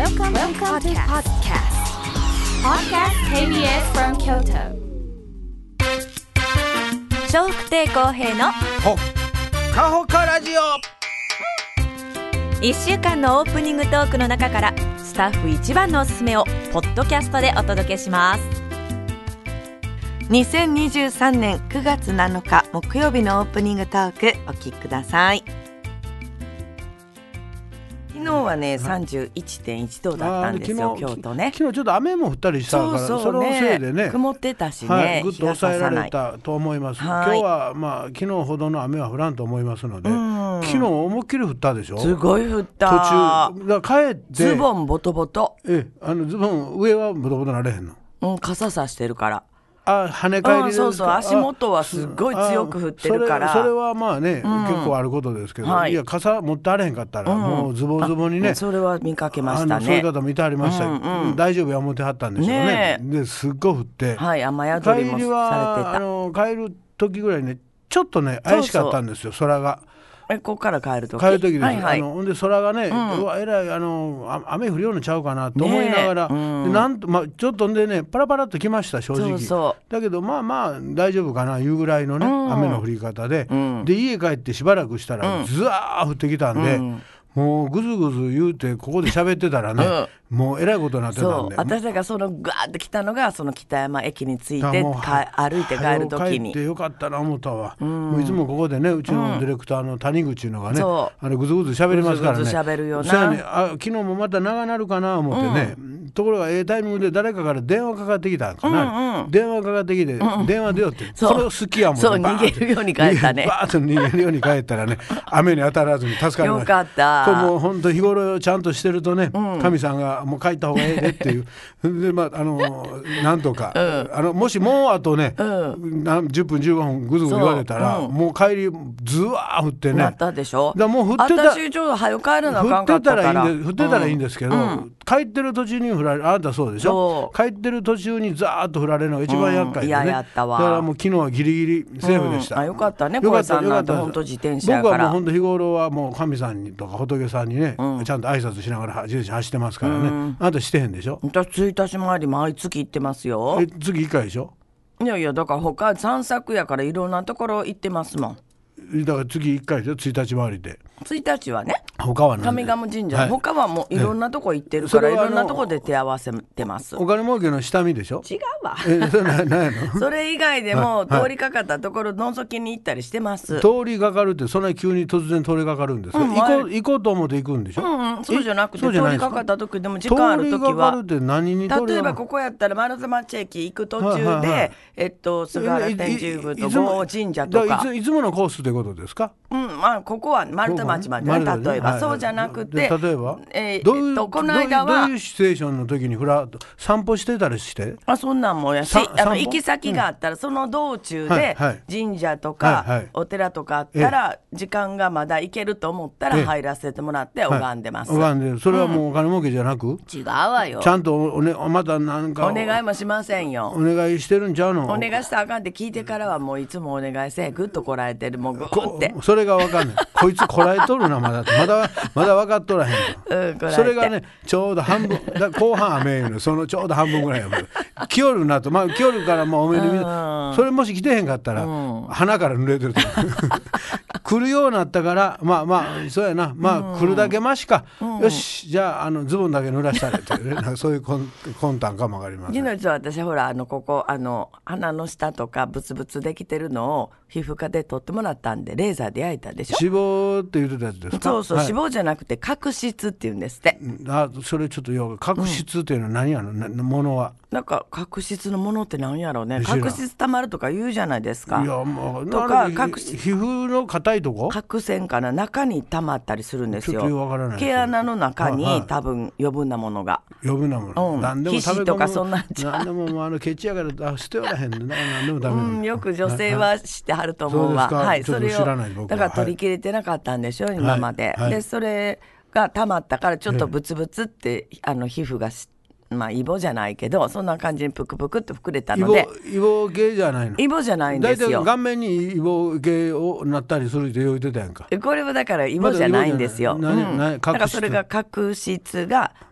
Welcome to podcast. Podcast KBS from Kyoto. 笑福亭公平のほかほかラジオ。 1週間のオープニングトークの中からスタッフ一番のおすすめをポッドキャストでお届けします。2023年9月7日木曜日のオープニングトークお聞きください。昨日はね 31.1 度だったんですよ、京都ね。 昨日ちょっと雨も降ったりしたから、そのせいでね曇ってたしね、 はい、ぐっと抑えられたと思います。今日はまあ昨日ほどの雨は降らんと思いますので、昨日思いっきり降ったでしょ。 すごい降った。 途中だから帰ってズボンボトボト。 ズボン上はボトボトなれへんの。 傘さしてるから。 跳ね返りですか。 そうそう、足元はすごい強く降ってるから。 それはまあね、結構あることですけど、いや傘持ってあれへんかったら、もうズボズボにね。 それは見かけましたね。 そういう方見てありました、大丈夫や思ってはったんでしょうね。ですっごい降って、 雨宿りもされてた。 帰る時ぐらいねちょっとね怪しかったんですよ、空が。 ここから帰る時です、ほんで空がね、えらい雨降るようにちゃうかなと思いながら、なんとちょっとでねパラパラっと来ました正直。だけどまあ大丈夫かないうぐらいのね、雨の降り方で、で家帰ってしばらくしたらずわー降ってきたんで、もうぐずぐず言うてここで喋ってたらね、もうえらいことになってたんで。 私だからそのガーッと来たのがその北山駅に着いて歩いて帰る時に帰ってよかったな思ったわ。もういつもここでねうちのディレクターの谷口のがね、ぐずぐず喋りますからね。 ぐずぐず喋るよな。 そうやね、昨日もまた長なるかな思ってね、ところがタイミングで誰かから電話かかってきたんかな、電話かかってきて、電話出よって、これ好きやもんね。 そう逃げるように帰ったね。 バーッと逃げるように帰ったらね雨に当たらずに助かりました。 よかった。 これもう本当日頃ちゃんとしてるとね、神さんがもう帰った方がええねっていうで、なんとか、もしもうあとね、10分15分ぐずぐず言われたら、もう帰りずわー降ってね。 なったでしょ。 だもう降ってた。 私ちょうど早く帰るのあかんかったから。 降ってたらいいんですけど、帰ってる途中に降られる。あなたそうでしょ。帰ってる途中にザーッと降られるのが一番厄介でね。 嫌やったわ。 だからもう昨日はギリギリセーフでした。 よかったね。小さんなんて本当自転車やから。 僕はもう本当日頃はもう神さんにとか仏さんにね、ちゃんと挨拶しながら自転車走ってますからね。あなたしてへんでしょ。 私1日回り毎月行ってますよ。 月1回でしょ。 いやだから他散策やからいろんなところ行ってますもん。 だから月1回でしょ、1日回りで。 1日はね、 他は上賀茂神社、他はもういろんなとこ行ってるから、いろんなとこで手合わせてます。 お金儲けの下見でしょ。 違うわ。 それ何やの。 それ以外でも通りかかったところ覗きに行ったりしてます。 通りかかるってそんなに急に突然通りかかるんですか。行こうと思って行くんでしょ。 そうじゃなくて通りかかった時でも時間ある時は。 通りかかるって何に通りかかる。 例えばここやったら丸太町駅行く途中で菅原天神宮と郷神社とか。 いつものコースってことですか。 ここは丸太町までね、例えばそうじゃなくて、 例えばこの間はどういうシチュエーションの時に散歩してたりして。 そんなんもやし、行き先があったらその道中で神社とかお寺とかあったら時間がまだ行けると思ったら入らせてもらって拝んでます。 拝んでる。それはもうお金儲けじゃなく。 違うわよ。 ちゃんとまたなんかお願いもしませんよ。 お願いしてるんちゃうの。 お願いしたらあかんって聞いてからはもういつもお願いせえ、ぐっとこらえてる。もうぐってそれが分かんない。こいつこらえとるなまだ分かっとらへんと、それがねちょうど半分後半雨いうの、そのちょうど半分ぐらいやもん。来よるなと、来よるからお目に見て、それもし来てへんかったら、鼻から濡れてると来るようになったから、そうやな、来るだけマシか、よしじゃあズボンだけ濡らしたれっていうね、そういう魂胆かもわかります。 昨日私ほらここ鼻の下とかブツブツできてるのを皮膚科で取ってもらったんでレーザーで焼いたでしょ。 脂肪って言ってたやつですか。 そうそう、脂肪じゃなくて角質っていうんですって。 それちょっと角質っていうのは何やの、ものは。 なんか角質のものって何やろうね。角質たまるとか言うじゃないですか。 いやもうとか皮膚の硬いとこ角栓かな、中にたまったりするんですよ。 ちょっと分からない。 毛穴の中に多分余分なものが、 余分なもの、何でも食べ込む。 皮脂とかそんなんじゃ何でもケチやから捨ておらへんで何でもダメ。 よく女性はしてはると思うわ。はい、それをだから取り切れてなかったんでしょ、今まで。でそれがたまったからちょっとブツブツって皮膚がイボじゃないけどそんな感じにプクプクって膨れたので。 イボ系じゃないの。 イボじゃないんですよ。 大体顔面にイボ系をなったりするって言ってたやんか。 これはだからイボじゃないんですよ。だからそれが角質が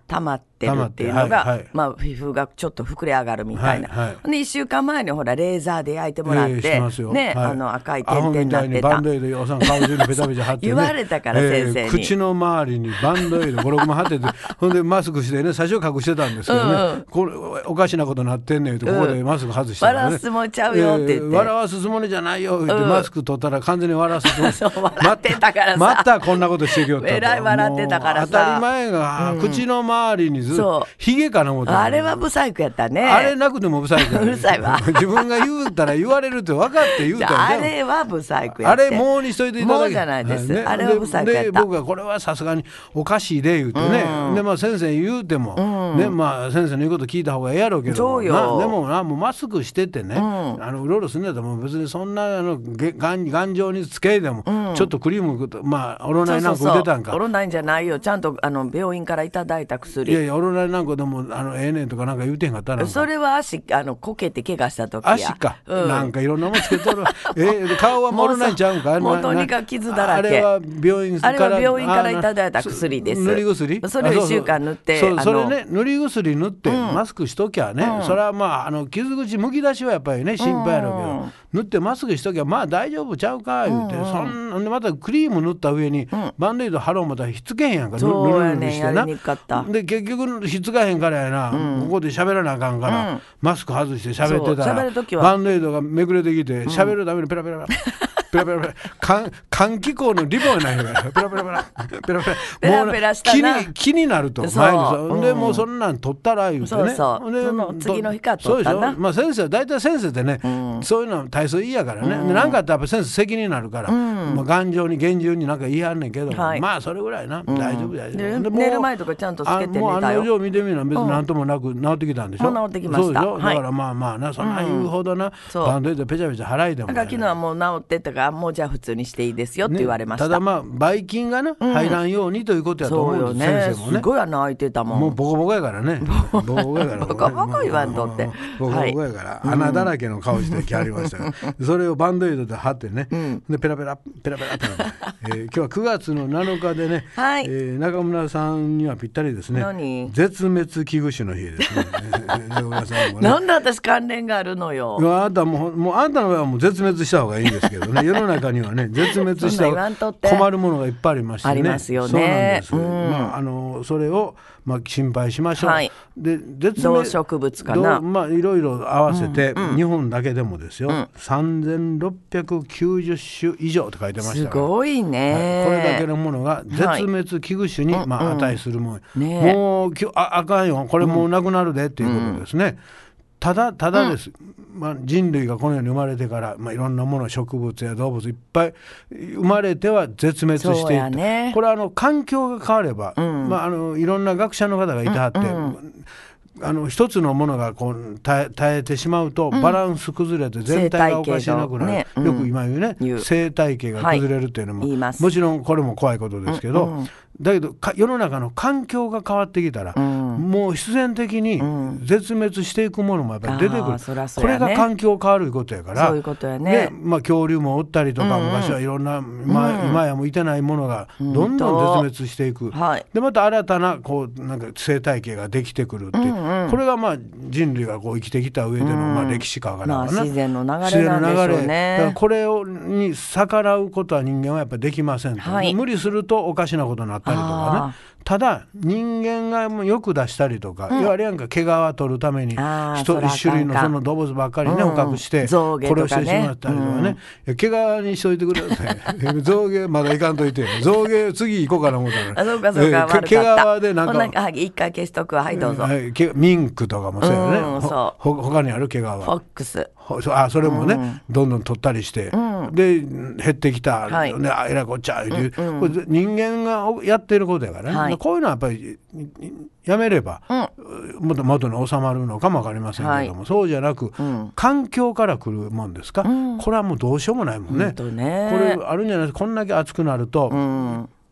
溜まってるっていうのが、まあ、皮膚がちょっと膨れ上がるみたいな、で1週間前にほらレーザーで焼いてもらって、ね、赤い点々になってた。 バンドエイドおさん顔中にペタペタ貼ってね言われたから先生に、 口の周りにバンドエイド5、6枚貼っててほんでマスクしてね、最初隠してたんですけどね、これおかしなことなってんねんって、ここでマスク外して笑わすつもりちゃうよって言って、 笑わすつもりじゃないよってマスク取ったら完全に笑わすつもり笑ってたからさ、 またこんなことしてきよったと、 えらい笑ってたからさ、 当たり前が、口の周りにずっとヒゲかな思った。 あれはブサイクやったね。 あれなくてもブサイクや、 うるさいわ自分が言うたら言われるって分かって言うたら、 あれはブサイクやって、 あれもうにしといていただけ、 もうじゃないです、あれはブサイクやった。 で僕がこれはさすがにおかしいで言うてね、でまあ先生言うても、ね、まあ先生の言うこと聞いた方がええやろうけど、でもな、もうマスクしててね、うろうろするんだったらもう別にそんな頑丈につけでも、ちょっとクリーム、まあオロナインなんか打てたんか。 オロナインじゃないよ、ちゃんと病院からいただいた薬。 いやいや、オロナインなんかでもええねんとかなんか言うてんかったら、 それは足こけて怪我した時や。 足か、なんかいろんなもんつけとる顔はオロナインちゃうんか。 もうとにかく傷だらけ。 あれは病院からいただいた薬です。 塗り薬、 それを1週間塗って、 それね、塗り薬塗ってマスクしときゃね、それはまあ傷口むき出しはやっぱりね心配やろうけど、塗ってマスクしときゃまあ大丈夫ちゃうか言うて、そんでまたクリーム塗った上にバンデイド貼ろうもたらひっつけへんやんか。 そうやねん、やりにくかった。 で結局ひっつかへんからやな、ここで喋らなあかんから、マスク外して喋ってたらバンデイドがめくれてきて、喋るためにペラペラペラペラペラ換気口のリボンやないからペラペラペラペラペラ、もう気になると前にでもうそんなん取ったら言うてね、 その次の日から取ったな。 そうでしょ、まあ先生は大体先生ってね、そういうの体操いいやからね、なんかあったらやっぱ先生責任になるから、まあ頑丈に厳重になんか言いはんねんけど、まあそれぐらいな、大丈夫大丈夫。 寝る前とかちゃんとつけて寝たよ。 もう症状見てみるのは別になんともなく治ってきたんでしょ。 治ってきました。 そうでしょ、だからまあまあな、そんな言うほどなバンドエイドペチャペチャ払いでもない。 昨日はもう治ってたから、もうじゃあ普通にしていいですよって言われました。 ただまあばい菌がな入らんようにということやと思うんです、先生もね。 すごい穴開いてたもん。 もうボコボコやからね。ボコボコやから。 ボコボコ言わんとって。 ボコボコやから穴だらけの顔してきはりましたから。それをバンドエイドで貼ってね。でペラペラペラペラって。今日は9月の7日でね。中村さんにはぴったりですね。絶滅危惧種の日ですね。 なんで私関連があるのよ。 あんたもうあんたの場合はもう絶滅した方がいいんですけどね。世の中にはね絶滅した困るものがいっぱいありましてね。 ありますよね。 そうなんです。それをまあ心配しましょう。で動植物かな。 まあいろいろ合わせて日本だけでもですよ、3690種以上と書いてましたから。 すごいね。 これだけのものが絶滅危惧種にまあ値するもの。もうあかんよ、これもうなくなるでっていうことですね。ただです、まあ、人類がこの世に生まれてから、まあ、いろんなもの植物や動物いっぱい生まれては絶滅していった、これは環境が変われば、まあ、いろんな学者の方がいてはって、一つのものがこう耐えてしまうとバランス崩れて全体がおかしなくなる、よく今言うね、生態系が崩れるっていうのも、もちろんこれも怖いことですけど、だけど世の中の環境が変わってきたら、もう必然的に絶滅していくものもやっぱり出てくる、これが環境変わることやから、 そういうことやね。 まあ、恐竜もおったりとか、昔はいろんな、今やもいてないものがどんどん絶滅していく、でまた新たなこうなんか生態系ができてくるっていう、これがまあ人類がこう生きてきた上でのまあ歴史かわからないな、 自然の流れなんでしょうね。 だからこれに逆らうことは人間はやっぱりできませんと、無理するとおかしなことになったりとかね。ただ人間がよく出したりとか、いわゆるやんか毛皮取るために一種類のその動物ばっかりね捕獲して殺してしまったりとかね、毛皮にしといてください。象牙まだいかんといて、象牙次行こうかな思ったら、毛皮でなんか一回消しとくわ。はいどうぞ。 ミンクとかもそうやね。他にある毛皮、フォックス、 それもね、どんどん取ったりして、で減ってきた、えらいこっちゃいう、これ人間がやってることやからね、こういうのはやっぱりやめれば、元に収まるのかも分かりませんけども、そうじゃなく、環境から来るもんですか、これはもうどうしようもないもんね。これあるんじゃないですか。こんだけ暑くなると、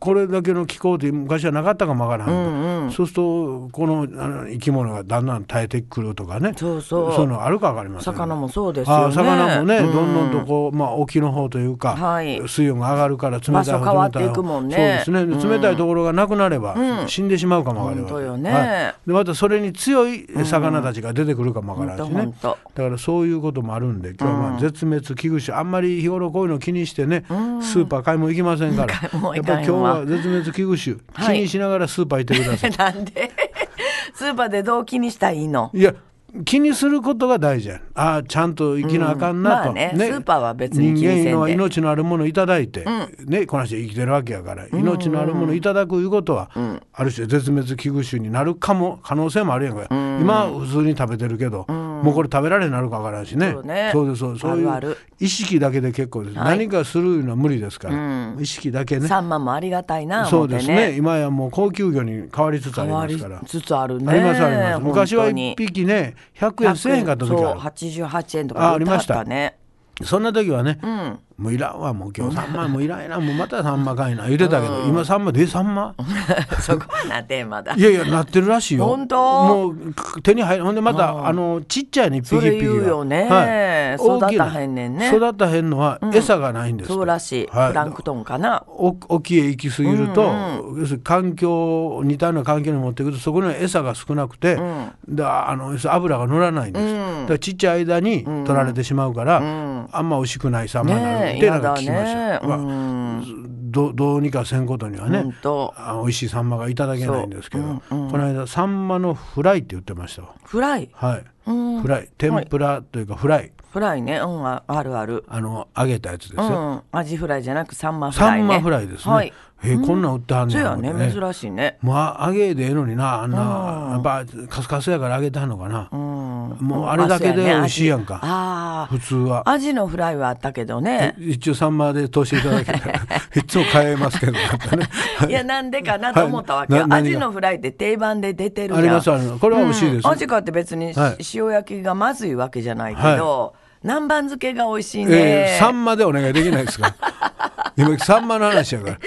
これだけの気候って昔はなかったかもわからん、そうするとこの生き物がだんだん耐えてくるとかね、そういうのあるか分かりません、ね、 魚もそうですよね。 魚もね、どんどんとこう、沖の方というか、水温が上がるから冷たい場所変わっていくもんね。 そうですね、冷たいところがなくなれば死んでしまうかもわかりません、 本当よね。 でまたそれに強い魚たちが出てくるかもわからんしね、だからそういうこともあるんで、今日は絶滅危惧種、あんまり日頃こういうの気にしてね、スーパー買い物行きませんから、やっぱり今日は絶滅危惧種、気にしながらスーパー行ってください。 なんでスーパーでどう気にしたらいいの？ いや、気にすることが大事や。ちゃんと生きなあかんなと、 ね、スーパーは別に気にせんで、 人間は命のあるものをいただいて、この人生きてるわけやから、命のあるものをいただくいうことは、ある種絶滅危惧種になる可能性もあるやんか、今は普通に食べてるけど、もうこれ食べられになるか分からんしね。そうです、そういう意識だけで結構です、何かするのは無理ですから、意識だけね。 サンマもありがたいな、 そうですね、今やもう高級魚に変わりつつありますから。 変わりつつあるね。 ありますあります。昔は1匹ね100円1000円かった時ある。 88円とかありましたね。 そんな時はね、もういらんわ、もう今日サンマもいらんな、もうまたサンマかいな言ってたけど、今サンマでサンマそこはなってまだいやなってるらしいよ。 本当？ もう手に入る。ほんでまたちっちゃいね、一匹一匹がそれ言うよね、育たへんねんね。 育たへんのは餌がないんです。 そうらしい、プランクトンかな。 沖へ行き過ぎると、要するに環境、似たような環境に持っていくと、そこには餌が少なくて、油が乗らないんです。だからちっちゃい間に取られてしまうから、あんま美味しくないサンマになるってなんか聞きました。どうにかせんことにはね、美味しいサンマがいただけないんですけど、この間サンマのフライって言ってましたわ。 フライ、 はい、フライ、天ぷらというかフライ、 フライね、あるある、 揚げたやつですよ、 アジフライじゃなくサンマフライね。 サンマフライですね、こんなん売ってはんねん。 そうやね、珍しいね。 揚げでええのにな、あんなやっぱカスカスやから揚げてはんのかな、もうあれだけで美味しいやんか、普通は。 アジのフライはあったけどね、 一応サンマで通していただけたらいつも買えますけどねいや、なんでかなと思ったわけよ、アジのフライって定番で出てるやん。 ありますあります。これは美味しいです。 アジかって別に塩焼きがまずいわけじゃないけど、南蛮漬けが美味しいね。 サンマでお願いできないですか今サンマの話やから、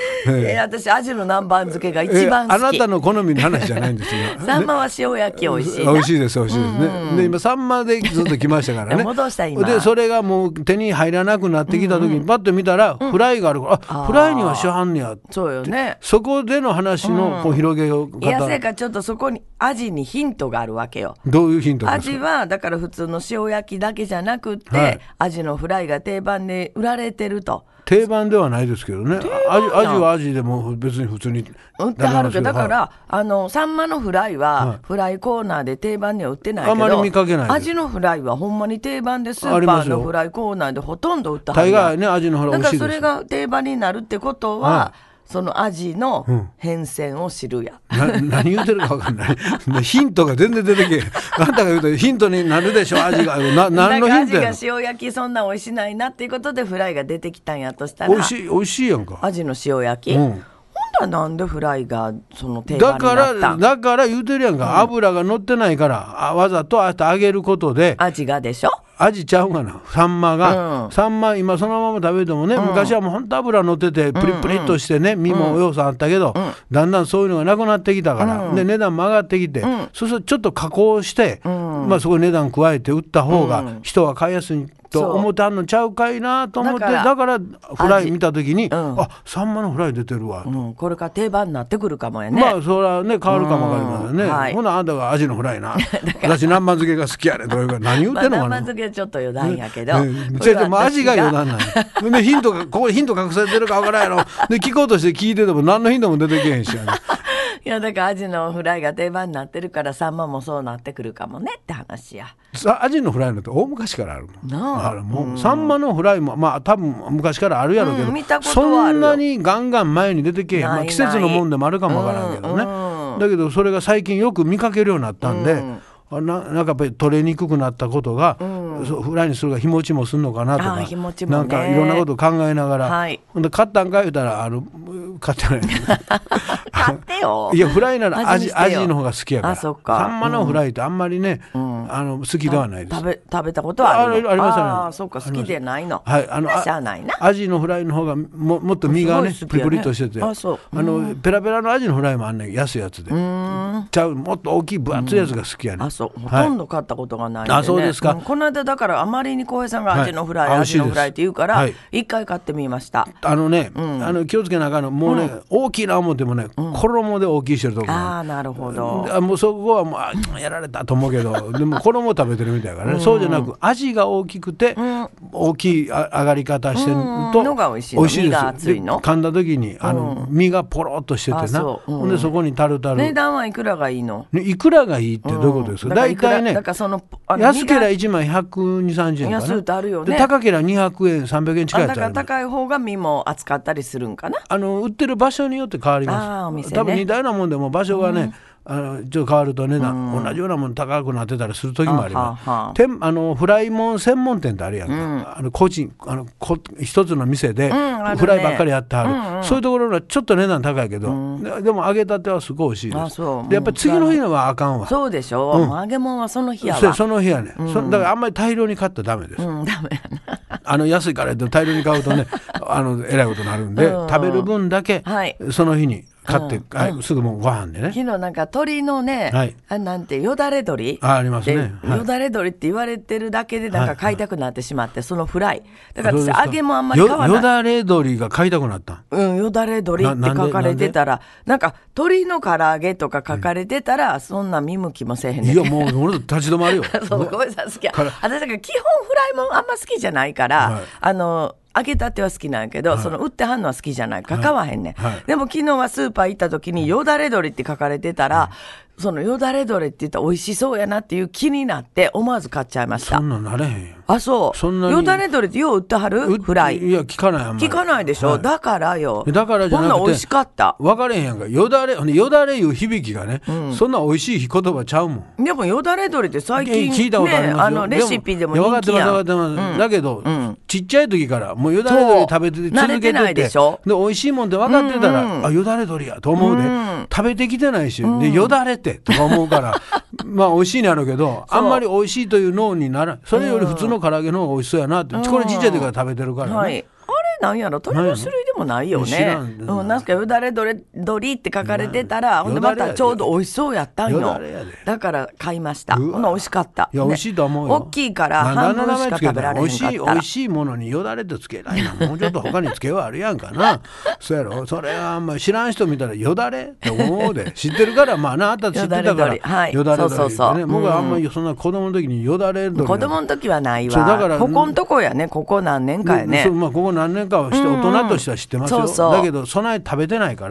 私アジの南蛮漬けが一番好き。 あなたの好みの話じゃないんですよサンマは塩焼き美味しいな。 美味しいです美味しいですね、で今サンマでずっと来ましたからね戻した今で、それがもう手に入らなくなってきた時にパッと見たらフライがあるから、フライにはしはんねやって。 そうよね。 そこでの話のこう広げよう方、 いや、せやからちょっとそこにアジにヒントがあるわけよ。 どういうヒントですか？ アジはだから普通の塩焼きだけじゃなくって、アジのフライが定番で売られてると。 定番ではないですけどね。アジはアジでも別に普通に売ってはるけど、だから、サンマのフライはフライコーナーで定番には売ってないけど、 あまり見かけない。 アジのフライはほんまに定番でスーパーのフライコーナーでほとんど売ってはる。 大概ね、アジのフライ美味しいです。 だからそれが定番になるってことは、そのアジの変遷を知るや、 何言うてるか分かんないヒントが全然出てけあんたが言うとヒントになるでしょ。アジが何のヒントやの。 アジが塩焼きそんな美味しないなっていうことでフライが出てきたんやとしたら、 美味しいやんかアジの塩焼き、ほんだらなんでフライがその定番になったん。 だから言うてるやんか、油が乗ってないからわざと揚げることで。 アジがでしょ。 アジちゃうがな、サンマが、サンマ今そのまま食べてもね、昔はもうほんと油乗っててプリプリっとしてね、身も要素あったけど、だんだんそういうのがなくなってきたから、で値段も上がってきて、そうするとちょっと加工して、そこに値段加えて売った方が人は買いやすいと思ってあんのちゃうかいなと思って、だからフライ見た時に、サンマのフライ出てるわ、 これから定番になってくるかもやね。 それはね変わるかもわかりませんね、ほなあんたがアジのフライな私南蛮漬けが好きやねんというか何言うてんのかな。 南蛮漬けちょっと余談やけど、 アジが余談なんでヒントがここにヒント隠されてるかわからんやろで聞こうとして聞いてても何のヒントも出てけへんしやねいや、だからアジのフライが定番になってるからサンマもそうなってくるかもねって話や。 アジのフライなんて大昔からあるもん。サンマのフライも多分昔からあるやろうけど、 見たことはあるよ。 そんなにガンガン前に出てけへん。季節のもんでもあるかもわからんけどね、だけどそれが最近よく見かけるようになったんで、なんかやっぱり取れにくくなったことが、 フライにするが日持ちもするのかなとか、 日持ちもね、 なんかいろんなことを考えながら、 はい、 ほんで買ったんか言うたら買ってない買ってよ。 いやフライなら味の方が好きやから。 そっか。 サンマのフライってあんまりね、好きではないです。 食べたことはあるの？ ありますね。 あ、そうか、好きでないの。 はい、 しゃあないな。 アジのフライの方がもっと身がねプリプリとしてて、ペラペラのアジのフライもあんねん、安いやつで。ちゃう、もっと大きい分厚いやつが好きやね。 あ、そう、ほとんど買ったことがないんでね。 あ、そうですか。 この間だからあまりに浩平さんがアジのフライ、アジのフライって言うから一回買ってみました。 気をつけなあかんの、もうね、大きいな思ってもね、衣で大きいしてるとこ。 ああ、なるほど。 もうそこはもうやられたと思うけど、でも衣を食べてるみたいからね。そうじゃなく味が大きくて大きい上がり方してるとのが美味しいの。身が厚いの。 噛んだ時に身がポロッとしててな。ほんでそこにタルタル。 値段はいくらがいいの？ いくらがいいってどういうことですか？大体ね、安ければ1枚120、30円かな。安いとあるよね。高ければ200円、300円近いやつある。 だから高い方が身も厚かったりするんかな。 売ってる場所によって変わります。多分似たようなもんでも場所がね、ちょっと変わるとね、同じようなもの高くなってたりする時もあります。フライもん専門店ってあるやんか。個人一つの店でフライばっかりやってはる、そういうところはちょっと値段高いけど、でも揚げたてはすごい美味しいです。でやっぱり次の日のはあかんわ。 そうでしょ、揚げ物はその日やわ。 その日やね、だからあんまり大量に買ったらダメです。ダメやな。安いからって大量に買うとねえらいことになるんで、食べる分だけその日に買って、すぐもうご飯でね。 昨日なんか鶏のね、なんてよだれ鶏ありますね。 よだれ鶏って言われてるだけでなんか買いたくなってしまって、そのフライだから私揚げもあんまり買わない。 よだれ鶏が買いたくなった。 よだれ鶏って書かれてたら、なんか鶏の唐揚げとか書かれてたら、そんな見向きもせえへんねん。 いやもう俺立ち止まるよ。 そうごめんなさい、好きや。私だから基本フライもあんま好きじゃないから、揚げたては好きなんやけど、その売ってはんのは好きじゃないから買わへんねん。でも昨日はスーパー行った時によだれ鶏って書かれてたら、そのよだれ鶏って言ったら美味しそうやなっていう気になって思わず買っちゃいました。 そんなんなれへんよ。 あ、そう。よだれ鶏ってよう売ってはる？フライ。 いや聞かない。あんまり聞かないでしょ。だからよ。 だからじゃなくて、 こんな美味しかった。 分かれへんやんか。よだれいう響きがね、そんな美味しい言葉ちゃうもん。 でもよだれ鶏って最近聞いたことありますよ。 レシピでも人気やん。 分かってます。だけどちっちゃい時からもうよだれ鶏食べて続けてて、で美味しいもんって分かってたら、あよだれ鶏やと思うで、食べてきてないし、でよだれってとか思うからまあ美味しいのやろうけど、あんまり美味しいという脳にならん。それより普通の唐揚げの方が美味しそうやなって、これちっちゃい時から食べてるからね。 なんやろ、鶏の種類でもないよね。なんかよだれ鶏って書かれてたら、ほんでまたちょうど美味しそうやったんよ。だから買いました。ほんな美味しかった。 いや美味しいと思うよ。 大きいから半分しか食べられへんかったら。 美味しいものによだれってつけないな。もうちょっと他につけはあるやんかな。そうやろ。それはあんまり知らん人見たらよだれって思うで。知ってるからまあな、あんた知ってたからよだれ鶏ってね。僕はあんまりそんな子供の時によだれ鶏。 子供の時はないわ。ここんとこやね。ここ何年かやね。 ここ何年かはして大人としては知ってますよ。だけど備え食べてないから、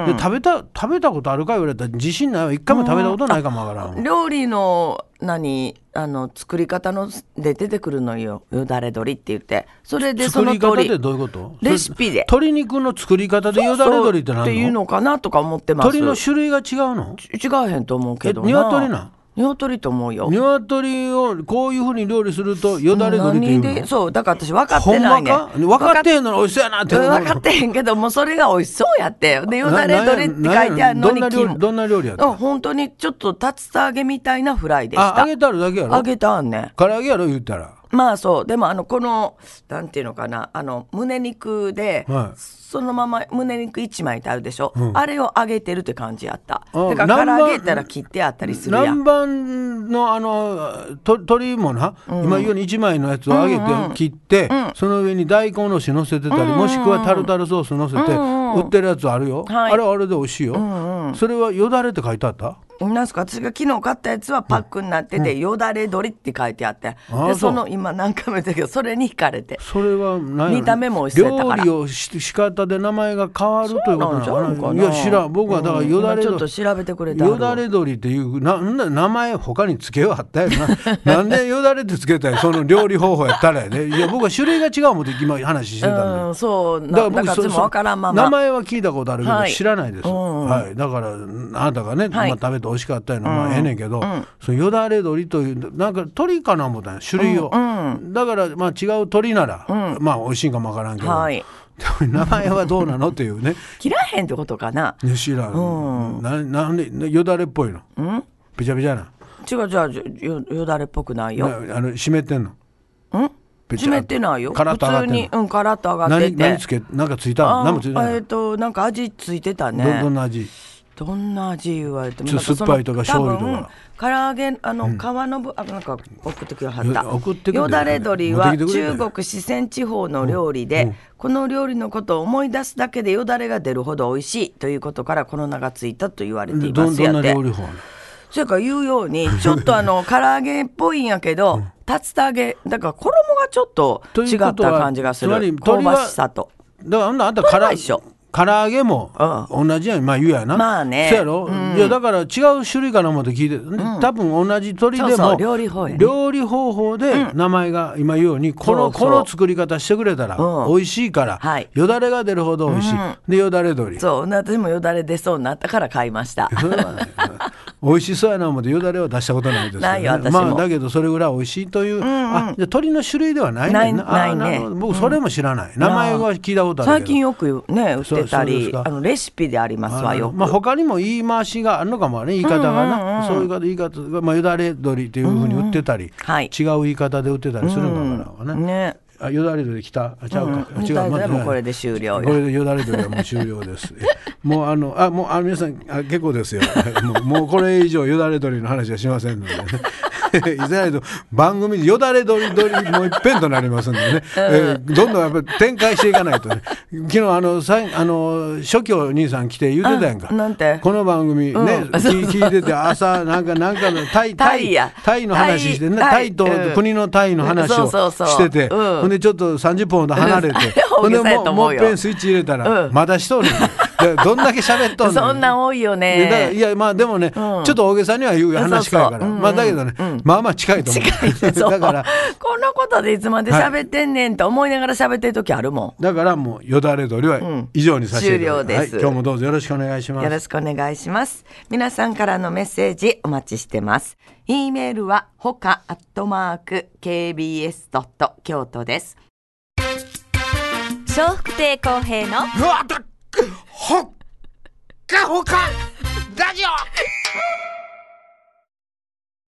で食べたことあるか言われたら自信ないわ。一回も食べたことないかもわからん。 料理の作り方ので出てくるのよ、よだれ鶏って言って、それでその作り方ってどういうこと？ レシピで鶏肉の作り方でよだれ鶏って何の？ っていうのかなとか思ってます。 鶏の種類が違うの？ 違うへんと思うけどな。 鶏なん？ 鶏と思うよ。 鶏をこういうふうに料理するとよだれ鶏っていうの？ そうだから私分かってないね。 分かってへんのに美味しそうやなって分かってへんけども、それが美味しそうやってでよだれ鶏って書いてあるのにどんな料理やった？ 本当にちょっと竜田揚げみたいなフライでした。 揚げてあるだけやろ？ 揚げてあんねん。 唐揚げやろ言ったら。 まあそうでもこのなんていうのかな、胸肉で、そのまま胸肉1枚ってあるでしょ、あれを揚げてるって感じやった。だから唐揚げたら切ってあったりするやん。 南蛮の鶏もな、今言うように1枚のやつを揚げて切って、その上に大根おろし乗せてたり、もしくはタルタルソース乗せて売ってるやつあるよ、あれはあれで美味しいよ、それはよだれって書いてあった？ なんすか、私が昨日買ったやつはパックになってて、よだれ鶏って書いてあって、でその今何回も言ったけどそれに惹かれて、 それは何見た目も美味しそうやったから。 料理を仕方で名前が変わるということなのかな。いや知らん。僕はだからよだれちょっと調べてくれた。 よだれ鶏っていう名前他につけようあったよな。なんでよだれってつけたらその料理方法やったらやで。いや僕は種類が違うもんって今話してたんで。 そうだから僕も分からんまま名前は聞いたことあるけど知らないです。はい。だからあなたがね、食べて美美味しかったのまあええねんけど、そのよだれ鶏というなんか鳥かな思ったん種類を、だからまあ違う鳥なら、まあ美味しいんかもわからんけど、はい、名前はどうなのっていうね切らへんってことかな。 知らん、なんでよだれっぽいの、べちゃべちゃな。 違うよだれっぽくないよ。 湿ってんの？ 湿ってないよ。 カラッと上がってんの？ 普通にカラッと上がってて。 何つけなんかついたの？何もついてない。 なんか味ついてたね。 どんな味？ どんな味言われてもちょっと酸っぱいとか醤油とか。 唐揚げ皮の部なんか送ってくれはった。よだれ鶏は中国四川地方の料理で、この料理のことを思い出すだけでよだれが出るほど美味しいということからこの名がついたと言われています。 どんな料理法？ それから言うようにちょっと唐揚げっぽいんやけど、竜田揚げだから衣がちょっと違った感じがする。香ばしさと。 だからあんた唐揚げも同じやん、まあ言うやな。 まあね。 そうやろ、いやだから違う種類かな思って聞いて、多分同じ鶏でもそう料理法やね。 料理方法で名前が今言うようにこの作り方してくれたら美味しいから、よだれが出るほど美味しい、でよだれ鶏。 そう私もよだれ出そうになったから買いました。 それはね美味しそうやな思ってよだれは出したことないですけど、ね、 ないよ私も。 まあだけどそれぐらい美味しいという、じゃ鶏の種類ではないねんな。 ないね。 僕それも知らない、名前は聞いたことあるけど最近よくね売ってたりレシピでありますわよく。 他にも言い回しがあるのかもね、言い方がな、そういう言い方が、よだれ鶏っていうふうに売ってたり、違う言い方で売ってたりするんだからね。よだれ鶏きたちゃうか、 違う、もうこれで終了よ。 これでよだれ鶏はもう終了ですもうもう皆さん結構ですよもうこれ以上よだれ鶏の話はしませんのでねいずれと番組でよだれ鶏もう一遍となりますんでね、どんどんやっぱり展開していかないとね。昨日初期兄さん来て言うてたやんか。 なんてこの番組ね、聞いてて朝なんかのタイの話してね、タイと国のタイの話をしてて、ほんでちょっと30分ほど離れて、ほんでもう一遍スイッチ入れたらまだしとるどんだけ喋っとんの。 そんなん多いよね。 いやまあでもね、ちょっと大げさには言う話近いから、まあだけどね、まあまあ近いと思う。だからこのことでいつまで喋ってんねんと思いながら喋ってる時あるもん。 だからもうよだれ鶏は以上にさせていただきます。 終了です。 今日もどうぞよろしくお願いします。 よろしくお願いします。皆さんからのメッセージお待ちしてます。E メールはほか@kbs. 京都です。 笑福亭公平のほっかほかラジオ